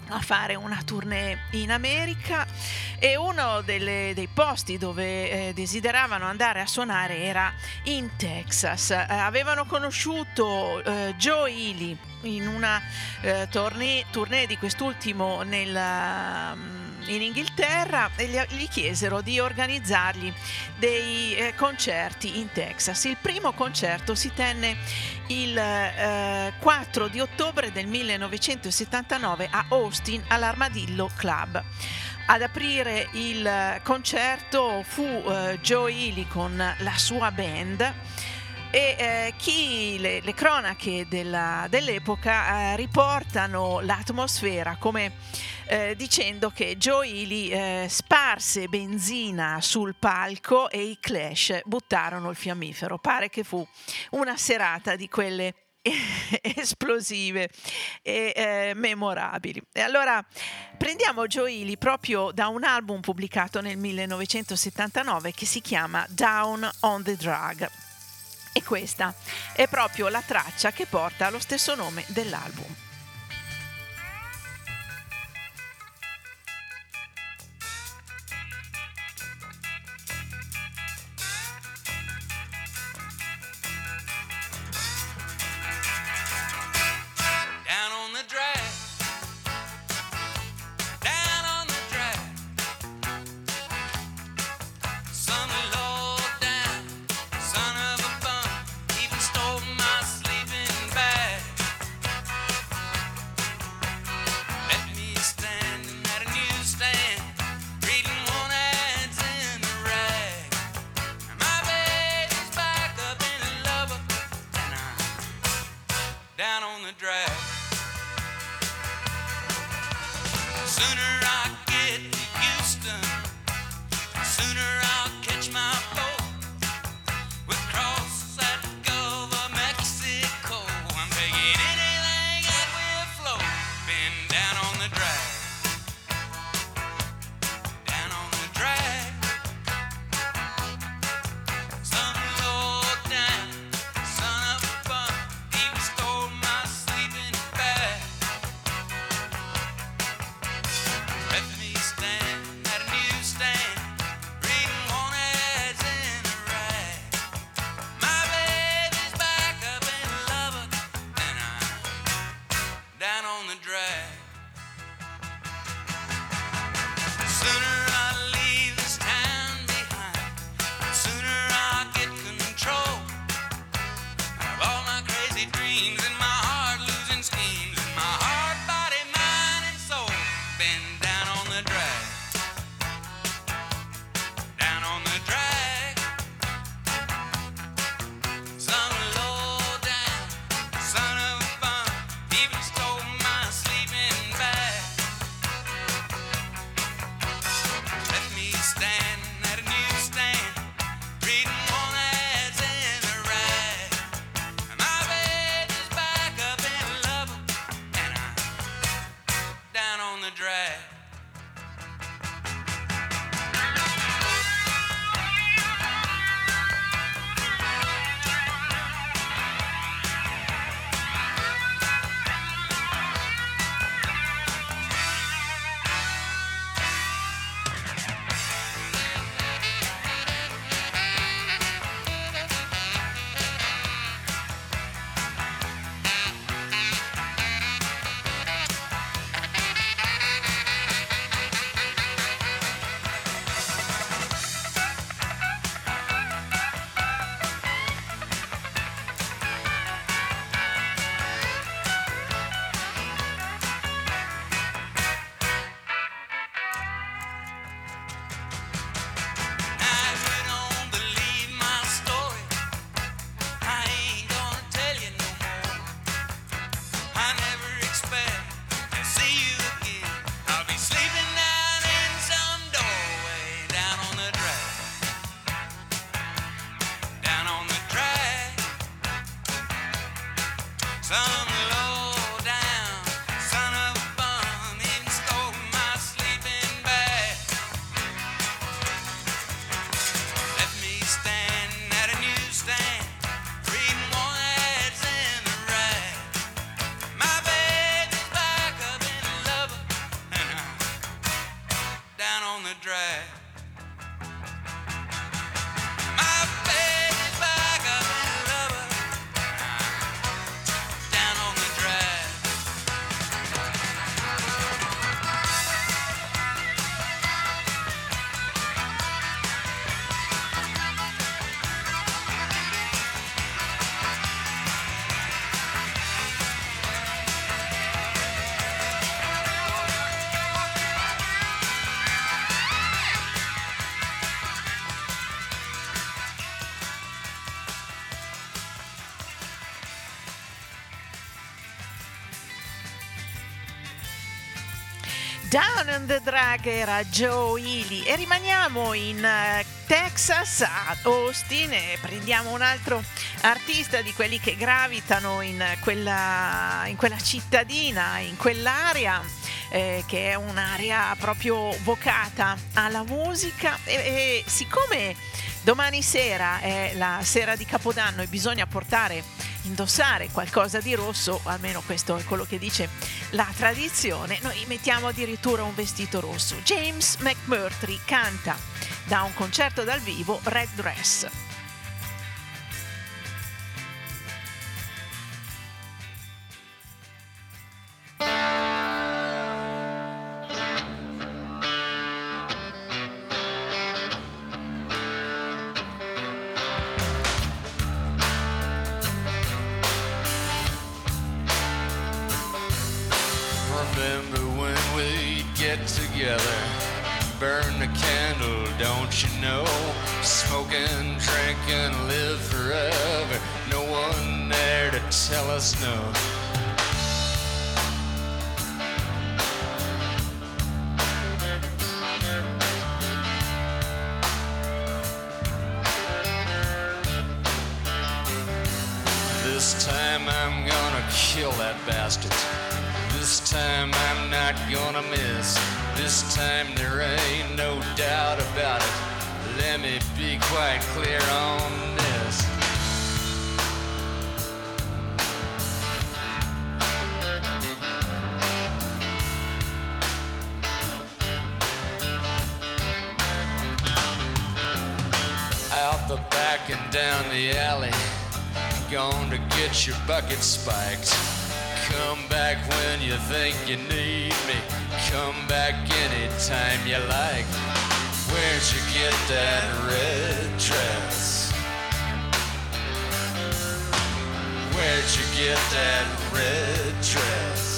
a fare una tournée in America, e uno dei posti dove desideravano andare a suonare era in Texas. Avevano conosciuto Joe Ely in una tournée di quest'ultimo in Inghilterra, e gli chiesero di organizzargli dei concerti in Texas. Il primo concerto si tenne il 4 di ottobre del 1979 a Austin all'Armadillo Club. Ad aprire il concerto fu Joe Ely con la sua band, e le cronache dell'epoca riportano l'atmosfera come dicendo che Joe Ely sparse benzina sul palco e i Clash buttarono il fiammifero. Pare che fu una serata di quelle esplosive e memorabili. E allora prendiamo Joe Ely proprio da un album pubblicato nel 1979 che si chiama Down on the Drag, e questa è proprio la traccia che porta lo stesso nome dell'album. Down on the Drag era Joe Ely e rimaniamo in Texas, a Austin, e prendiamo un altro artista di quelli che gravitano in quella cittadina, in quell'area, che è un'area proprio vocata alla musica e siccome domani sera è la sera di Capodanno e bisogna indossare qualcosa di rosso, almeno questo è quello che dice la tradizione, noi mettiamo addirittura un vestito rosso. James McMurtry canta da un concerto dal vivo Red Dress. Together, burn the candle, don't you know? Smoke and drink and live forever. No one there to tell us no. This time I'm gonna kill that bastard. This time I'm not gonna miss. This time there ain't no doubt about it. Let me be quite clear on this. Out the back and down the alley, going to get your bucket spiked. Come back when you think you need me. Come back anytime you like. Where'd you get that red dress? Where'd you get that red dress?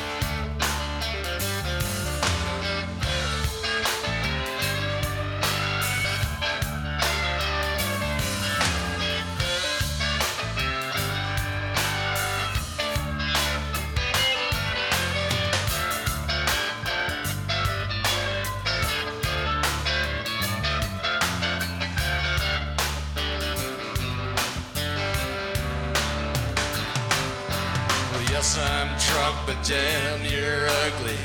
I'm drunk, but damn, you're ugly.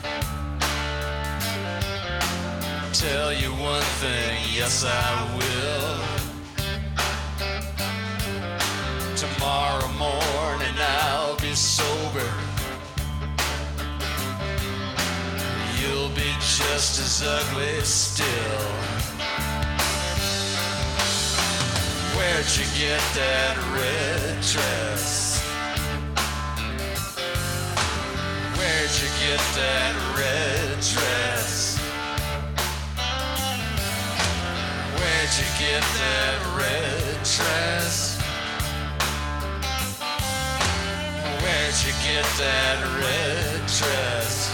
Tell you one thing, yes I will. Tomorrow morning I'll be sober. You'll be just as ugly still. Where'd you get that red dress? Where'd you get that red dress? Where'd you get that red dress? Where'd you get that red dress?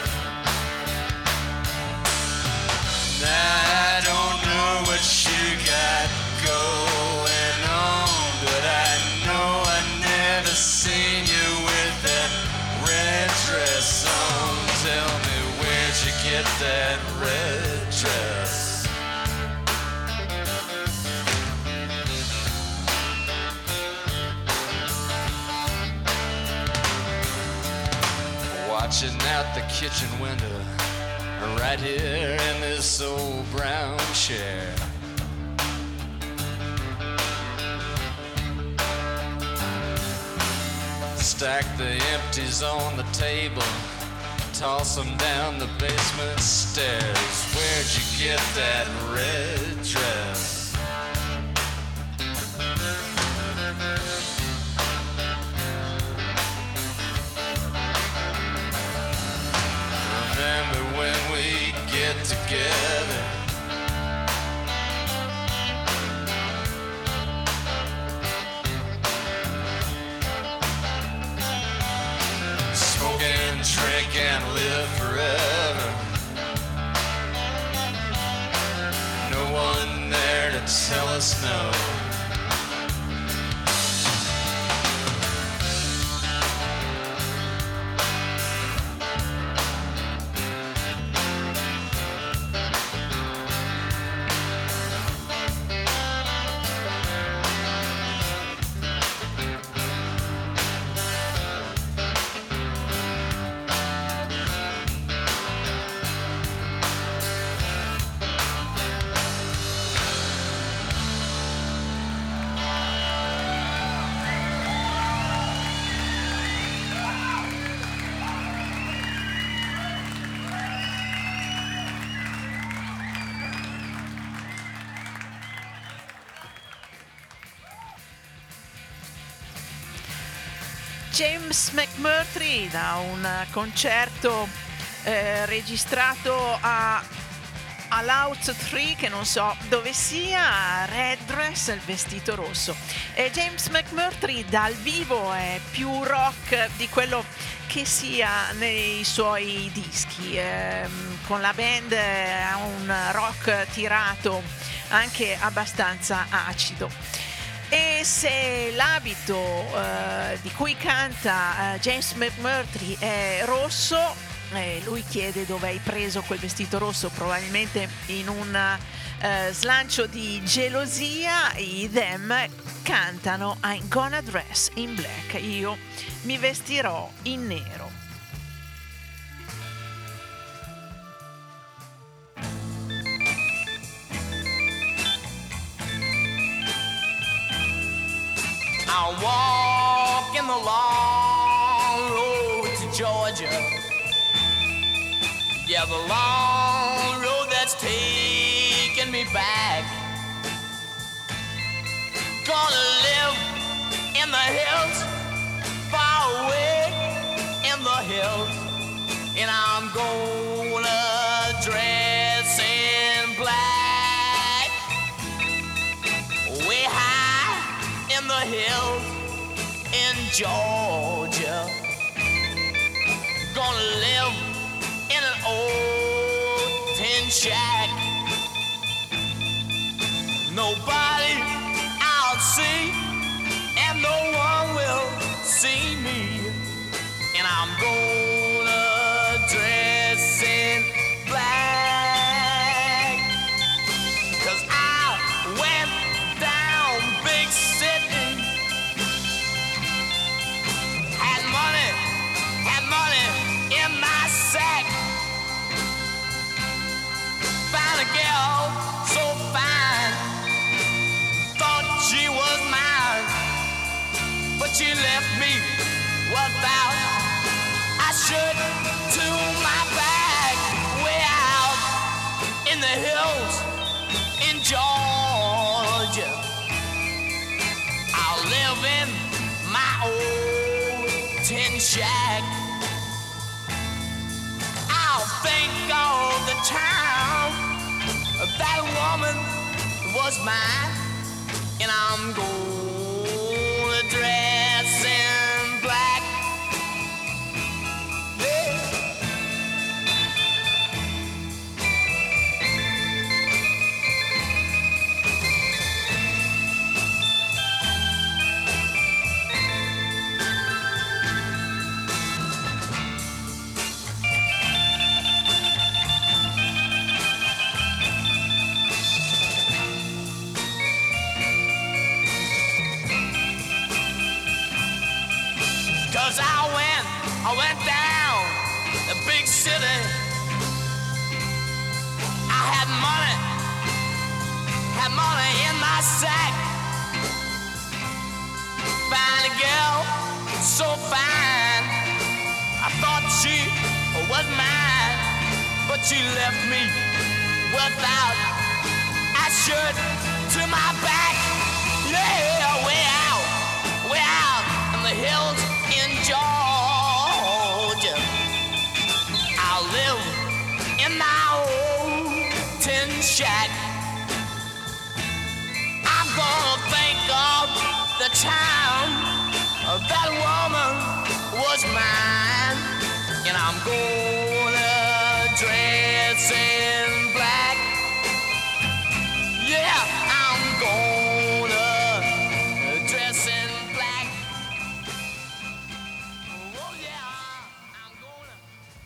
Now I don't know what you got going on, but I know I never seen you with that red dress on. Tell me, where'd you get that red dress? Watching out the kitchen window, right here in this old brown chair. Stack the empties on the table, toss them down the basement stairs. Where'd you get that red dress? Remember when we get together? Drink and live forever. No one there to tell us no. James McMurtry da un concerto registrato all'Out 3, che non so dove sia, Red Dress, il vestito rosso. E James McMurtry dal vivo è più rock di quello che sia nei suoi dischi, con la band ha un rock tirato, anche abbastanza acido. E se l'abito di cui canta James McMurtry è rosso, lui chiede dove hai preso quel vestito rosso, probabilmente in un slancio di gelosia. I Them cantano I'm gonna dress in black, io mi vestirò in nero. I'll walk in the long road to Georgia. Yeah, the long road that's taking me back. Gonna live in the hills, far away in the hills, and I'm gonna dress in black. Way high in the hills in Georgia. Gonna live in an old tin shack. Nobody I'll see, and no one will see me. And I'm gonna dress in black. 'Cause I went down big city, had money in my sack. Found a girl so fine, thought she was mine, but she left me without a shirt to my back. Way out in the hills in Georgia, I'll live in my old tin shack. I'll think all the time that woman was mine, and I'm gonna dress in black. Yeah. Cause I went down the big city. I had money in my sack. Found a girl so fine, I thought she was mine, but she left me without a shirt to my back. Yeah, way out in the hills in Georgia. I'll live in my old tin shack. I'm gonna think of the time that woman was mine, and I'm gonna dress in black. Yeah, I'm gonna dress in black. Oh yeah, I'm gonna.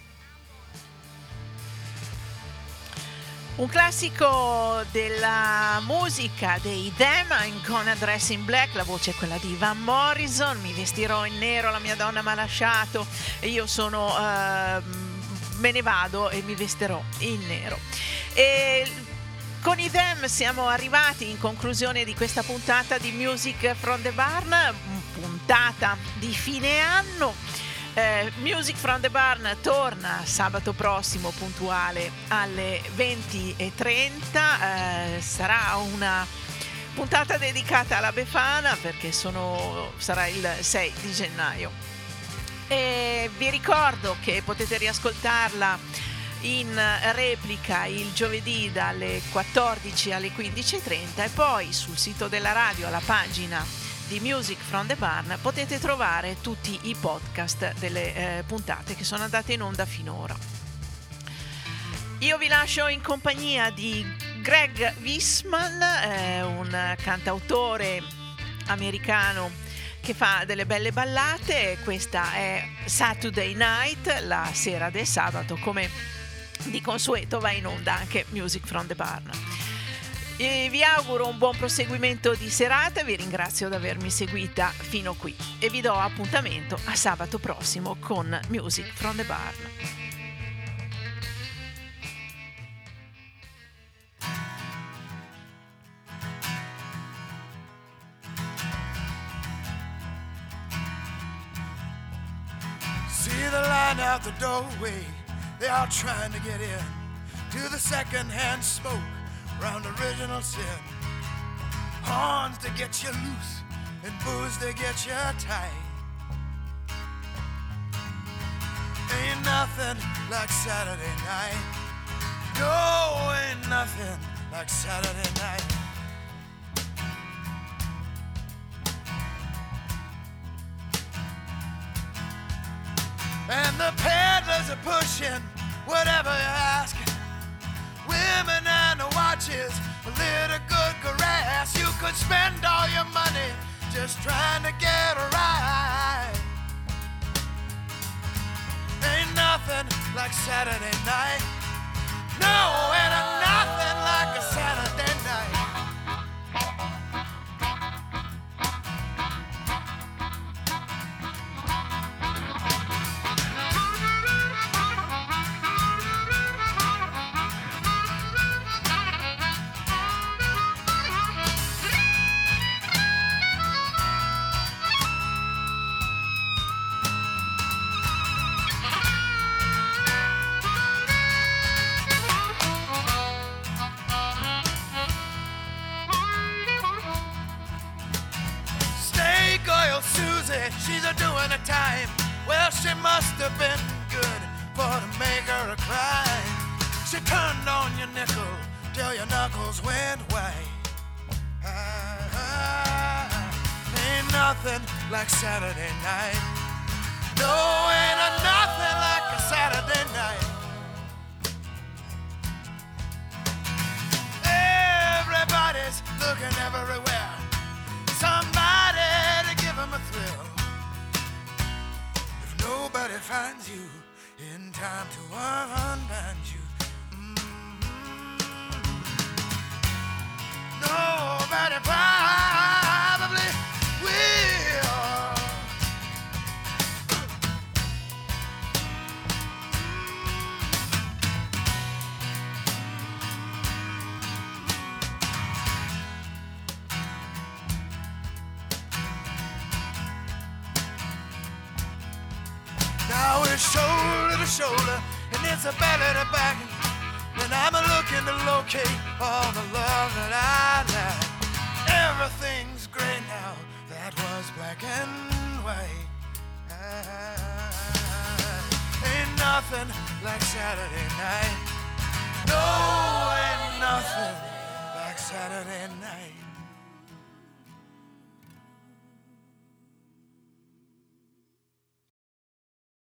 Un classico della musica dei Them, I'm gonna dress in black, la voce è quella di Van Morrison. Mi vestirò in nero, la mia donna mi ha lasciato e io sono me ne vado e mi vestirò in nero. E con i Them siamo arrivati in conclusione di questa puntata di Music from the Barn, puntata di fine anno. Music from the Barn torna sabato prossimo puntuale alle 20:30. Sarà una puntata dedicata alla Befana perché sarà il 6 di gennaio. E vi ricordo che potete riascoltarla in replica il giovedì dalle 14 alle 15:30 e poi sul sito della radio, alla pagina di Music from the Barn, potete trovare tutti i podcast delle puntate che sono andate in onda finora. Io vi lascio in compagnia di Greg Wiseman, un cantautore americano che fa delle belle ballate. Questa è Saturday Night, la sera del sabato, come di consueto va in onda anche Music from the Barn. E vi auguro un buon proseguimento di serata, vi ringrazio di avermi seguita fino qui e vi do appuntamento a sabato prossimo con Music from the Barn. See the line out the doorway, they are trying to get in to the second-hand smoke round original sin. Horns to get you loose and booze to get you tight. Ain't nothing like Saturday night. No, ain't nothing like Saturday night. And the peddlers are pushing whatever you're asking. Women and the watches, a little good grass. You could spend all your money just trying to get a ride. Ain't nothing like Saturday night. No, ain't nothing like a Saturday night. She's a-doing a time. Well, she must have been good for to make her a cry. She turned on your nickel till your knuckles went white. Ain't nothing like Saturday night. No, ain't nothing like a Saturday night. Everybody's looking everywhere. Somebody to give them a thrill. If nobody finds you in time to unbind you, nobody probably will. Now it's shoulder to shoulder, and it's a belly to back, and I'm looking to locate all the love that I like. Everything's gray now, that was black and white. Ain't nothing like Saturday night. No, ain't nothing like Saturday night.